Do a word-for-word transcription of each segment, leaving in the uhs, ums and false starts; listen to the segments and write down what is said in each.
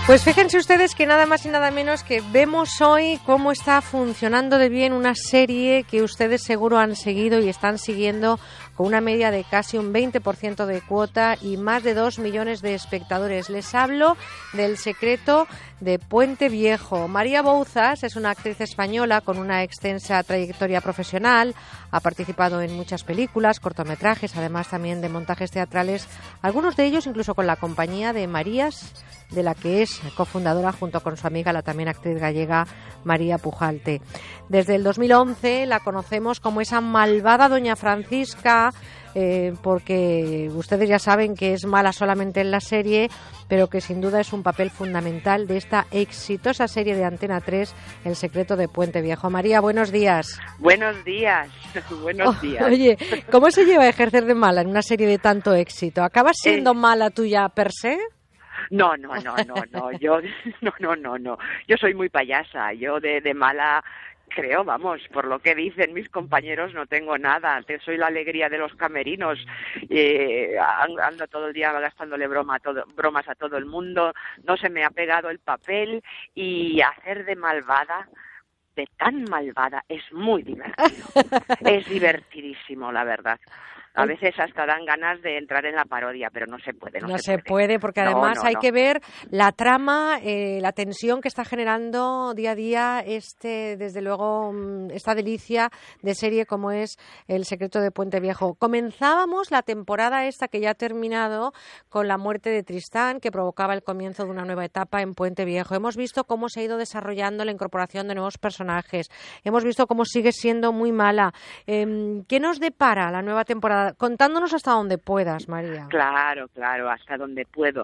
Pues fíjense ustedes que nada más y nada menos que vemos hoy cómo está funcionando de bien una serie que ustedes seguro han seguido y están siguiendo con una media de casi un veinte por ciento de cuota y más de dos millones de espectadores. Les hablo del Secreto de Puente Viejo. María Bouzas es una actriz española con una extensa trayectoria profesional. Ha participado en muchas películas, cortometrajes, además también de montajes teatrales, algunos de ellos incluso con la compañía de Marías, de la que es cofundadora junto con su amiga, la también actriz gallega María Pujalte. Desde el dos mil once la conocemos como esa malvada doña Francisca, eh, porque ustedes ya saben que es mala solamente en la serie, pero que sin duda es un papel fundamental de esta exitosa serie de Antena tres, El Secreto de Puente Viejo. María, buenos días. Buenos días, buenos oh, días. Oye, ¿cómo se lleva a ejercer de mala en una serie de tanto éxito? ¿Acabas siendo eh... mala tuya per se? No, no, no, no, no, yo, no, no, no, no, yo soy muy payasa, yo de, de mala, creo, vamos, por lo que dicen mis compañeros no tengo nada, soy la alegría de los camerinos, eh, ando todo el día gastándole broma a todo, bromas a todo el mundo, no se me ha pegado el papel y hacer de malvada, de tan malvada, es muy divertido, es divertidísimo, la verdad. A veces hasta dan ganas de entrar en la parodia, pero no se puede. No, no se, se puede. puede, porque además no, no, hay no. que ver la trama, eh, la tensión que está generando día a día este, desde luego, esta delicia de serie como es El Secreto de Puente Viejo. Comenzábamos la temporada esta que ya ha terminado con la muerte de Tristán, que provocaba el comienzo de una nueva etapa en Puente Viejo. Hemos visto cómo se ha ido desarrollando la incorporación de nuevos personajes. Hemos visto cómo sigue siendo muy mala. Eh, ¿Qué nos depara la nueva temporada? Contándonos hasta donde puedas, María. Claro, claro, hasta donde puedo.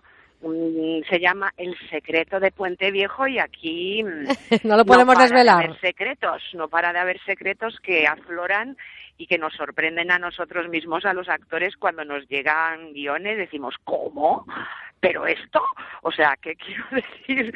Se llama El Secreto de Puente Viejo y aquí no lo podemos no para desvelar. De haber secretos, no para de haber secretos que afloran y que nos sorprenden a nosotros mismos, a los actores, cuando nos llegan guiones, decimos, ¿cómo? ¿Pero esto? O sea, ¿qué quiero decir?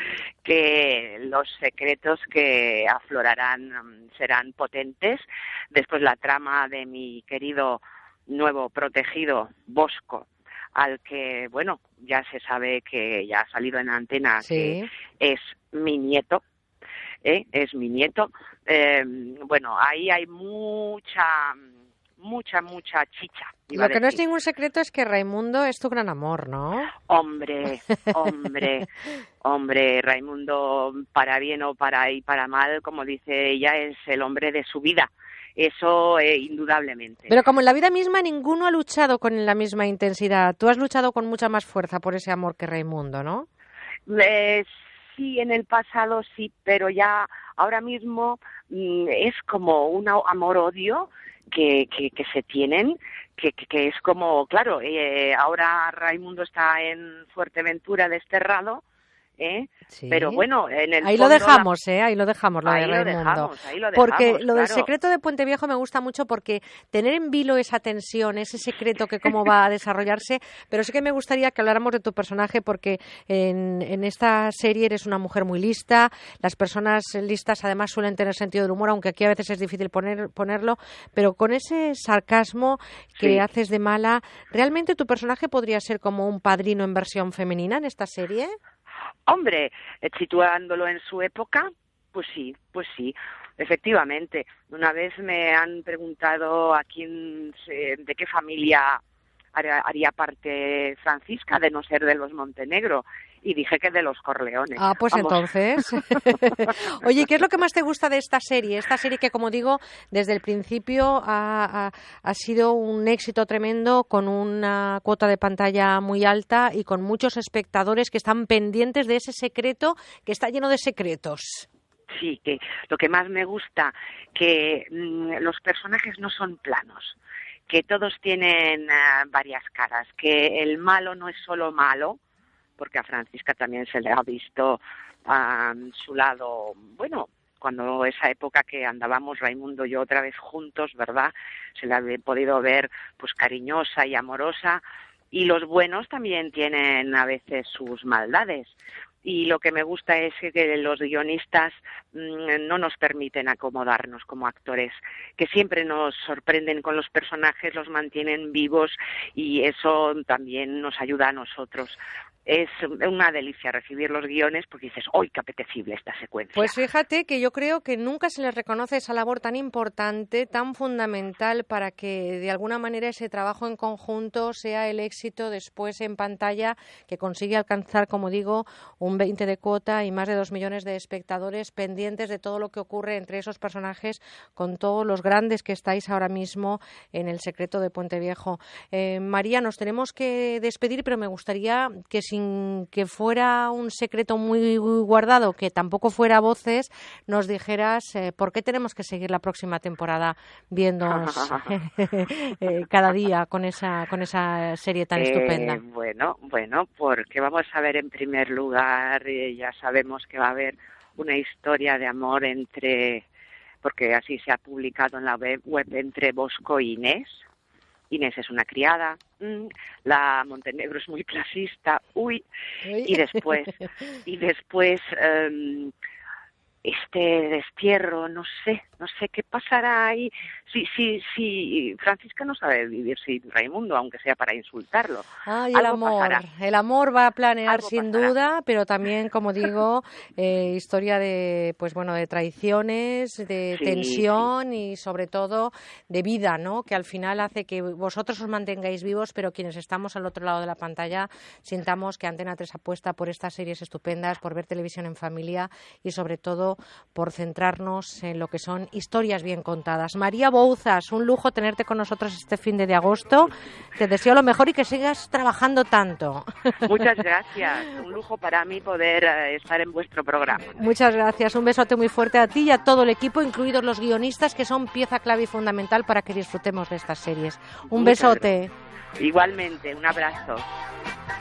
Que los secretos que aflorarán serán potentes. Después la trama de mi querido nuevo protegido Bosco, al que, bueno, ya se sabe que ya ha salido en antena, sí, que es mi nieto, ¿eh? es mi nieto. Eh, bueno, ahí hay mucha, mucha, mucha chicha. Lo que no es ningún secreto es que Raimundo es tu gran amor, ¿no? Hombre, hombre, hombre, Raimundo, para bien o para, y para mal, como dice ella, es el hombre de su vida. Eso, eh, indudablemente. Pero como en la vida misma, ninguno ha luchado con la misma intensidad. Tú has luchado con mucha más fuerza por ese amor que Raimundo, ¿no? Eh, sí, en el pasado sí, pero ya ahora mismo mm, es como un amor-odio que, que, que se tienen, que, que, que es como, claro, eh, ahora Raimundo está en Fuerteventura desterrado, ¿eh? Sí. Pero bueno, en el ahí fondo lo dejamos, la... ¿eh? Ahí lo dejamos, lo ahí de lo Raimundo. Dejamos, ahí lo dejamos, porque lo del claro. Secreto de Puente Viejo me gusta mucho porque tener en vilo esa tensión, ese secreto que cómo va a desarrollarse, pero sí que me gustaría que habláramos de tu personaje porque en, en esta serie eres una mujer muy lista, las personas listas además suelen tener sentido del humor, aunque aquí a veces es difícil poner, ponerlo, pero con ese sarcasmo que sí. haces de mala, ¿realmente tu personaje podría ser como un Padrino en versión femenina en esta serie? Hombre, situándolo en su época, pues sí, pues sí, efectivamente. Una vez me han preguntado a quién, de qué familia haría parte Francisca, de no ser de los Montenegro, y dije que de los Corleones. Ah, pues Vamos. Entonces. Oye, ¿qué es lo que más te gusta de esta serie? Esta serie que, como digo, desde el principio ha, ha, ha sido un éxito tremendo, con una cuota de pantalla muy alta y con muchos espectadores que están pendientes de ese secreto que está lleno de secretos. Sí, que lo que más me gusta, que mmm, los personajes no son planos, que todos tienen uh, varias caras, que el malo no es solo malo, porque a Francisca también se le ha visto uh, su lado, bueno, cuando esa época que andábamos Raimundo y yo otra vez juntos, ¿verdad? Se la ha podido ver pues cariñosa y amorosa, y los buenos también tienen a veces sus maldades. Y lo que me gusta es que los guionistas mmm, no nos permiten acomodarnos como actores, que siempre nos sorprenden con los personajes, los mantienen vivos y eso también nos ayuda a nosotros. es una delicia recibir los guiones porque dices, ¡ay, qué apetecible esta secuencia! Pues fíjate que yo creo que nunca se les reconoce esa labor tan importante, tan fundamental para que de alguna manera ese trabajo en conjunto sea el éxito después en pantalla, que consigue alcanzar, como digo, un veinte de cuota y más de dos millones de espectadores pendientes de todo lo que ocurre entre esos personajes con todos los grandes que estáis ahora mismo en El secreto de Puente Viejo. Eh, María, nos tenemos que despedir, pero me gustaría que sin que fuera un secreto muy guardado, que tampoco fuera voces, nos dijeras eh, por qué tenemos que seguir la próxima temporada viéndonos eh, cada día con esa con esa serie tan eh, estupenda. Bueno, bueno, porque vamos a ver en primer lugar, eh, ya sabemos que va a haber una historia de amor entre, porque así se ha publicado en la web, web entre Bosco y Inés. Inés es una criada, mm, la Montenegro es muy clasista, uy, uy. y después, y después um, este destierro, no sé, no sé qué pasará ahí. Sí, sí, sí, Francisca no sabe vivir sin Raimundo, aunque sea para insultarlo. Ay, el amor, pasará. el amor va a planear Algo sin pasará. duda, pero también, como digo, eh, historia de, pues bueno, de traiciones, de sí, tensión sí. y sobre todo de vida, ¿no? Que al final hace que vosotros os mantengáis vivos, pero quienes estamos al otro lado de la pantalla sintamos que Antena tres apuesta por estas series estupendas, por ver televisión en familia y sobre todo por centrarnos en lo que son historias bien contadas. María Bouzas, un lujo tenerte con nosotros este fin de, de agosto. Te deseo lo mejor y que sigas trabajando tanto. Muchas gracias. Un lujo para mí poder uh, estar en vuestro programa. Muchas gracias. Un besote muy fuerte a ti y a todo el equipo, incluidos los guionistas, que son pieza clave y fundamental para que disfrutemos de estas series. Un Muchas besote. Gracias. Igualmente, un abrazo.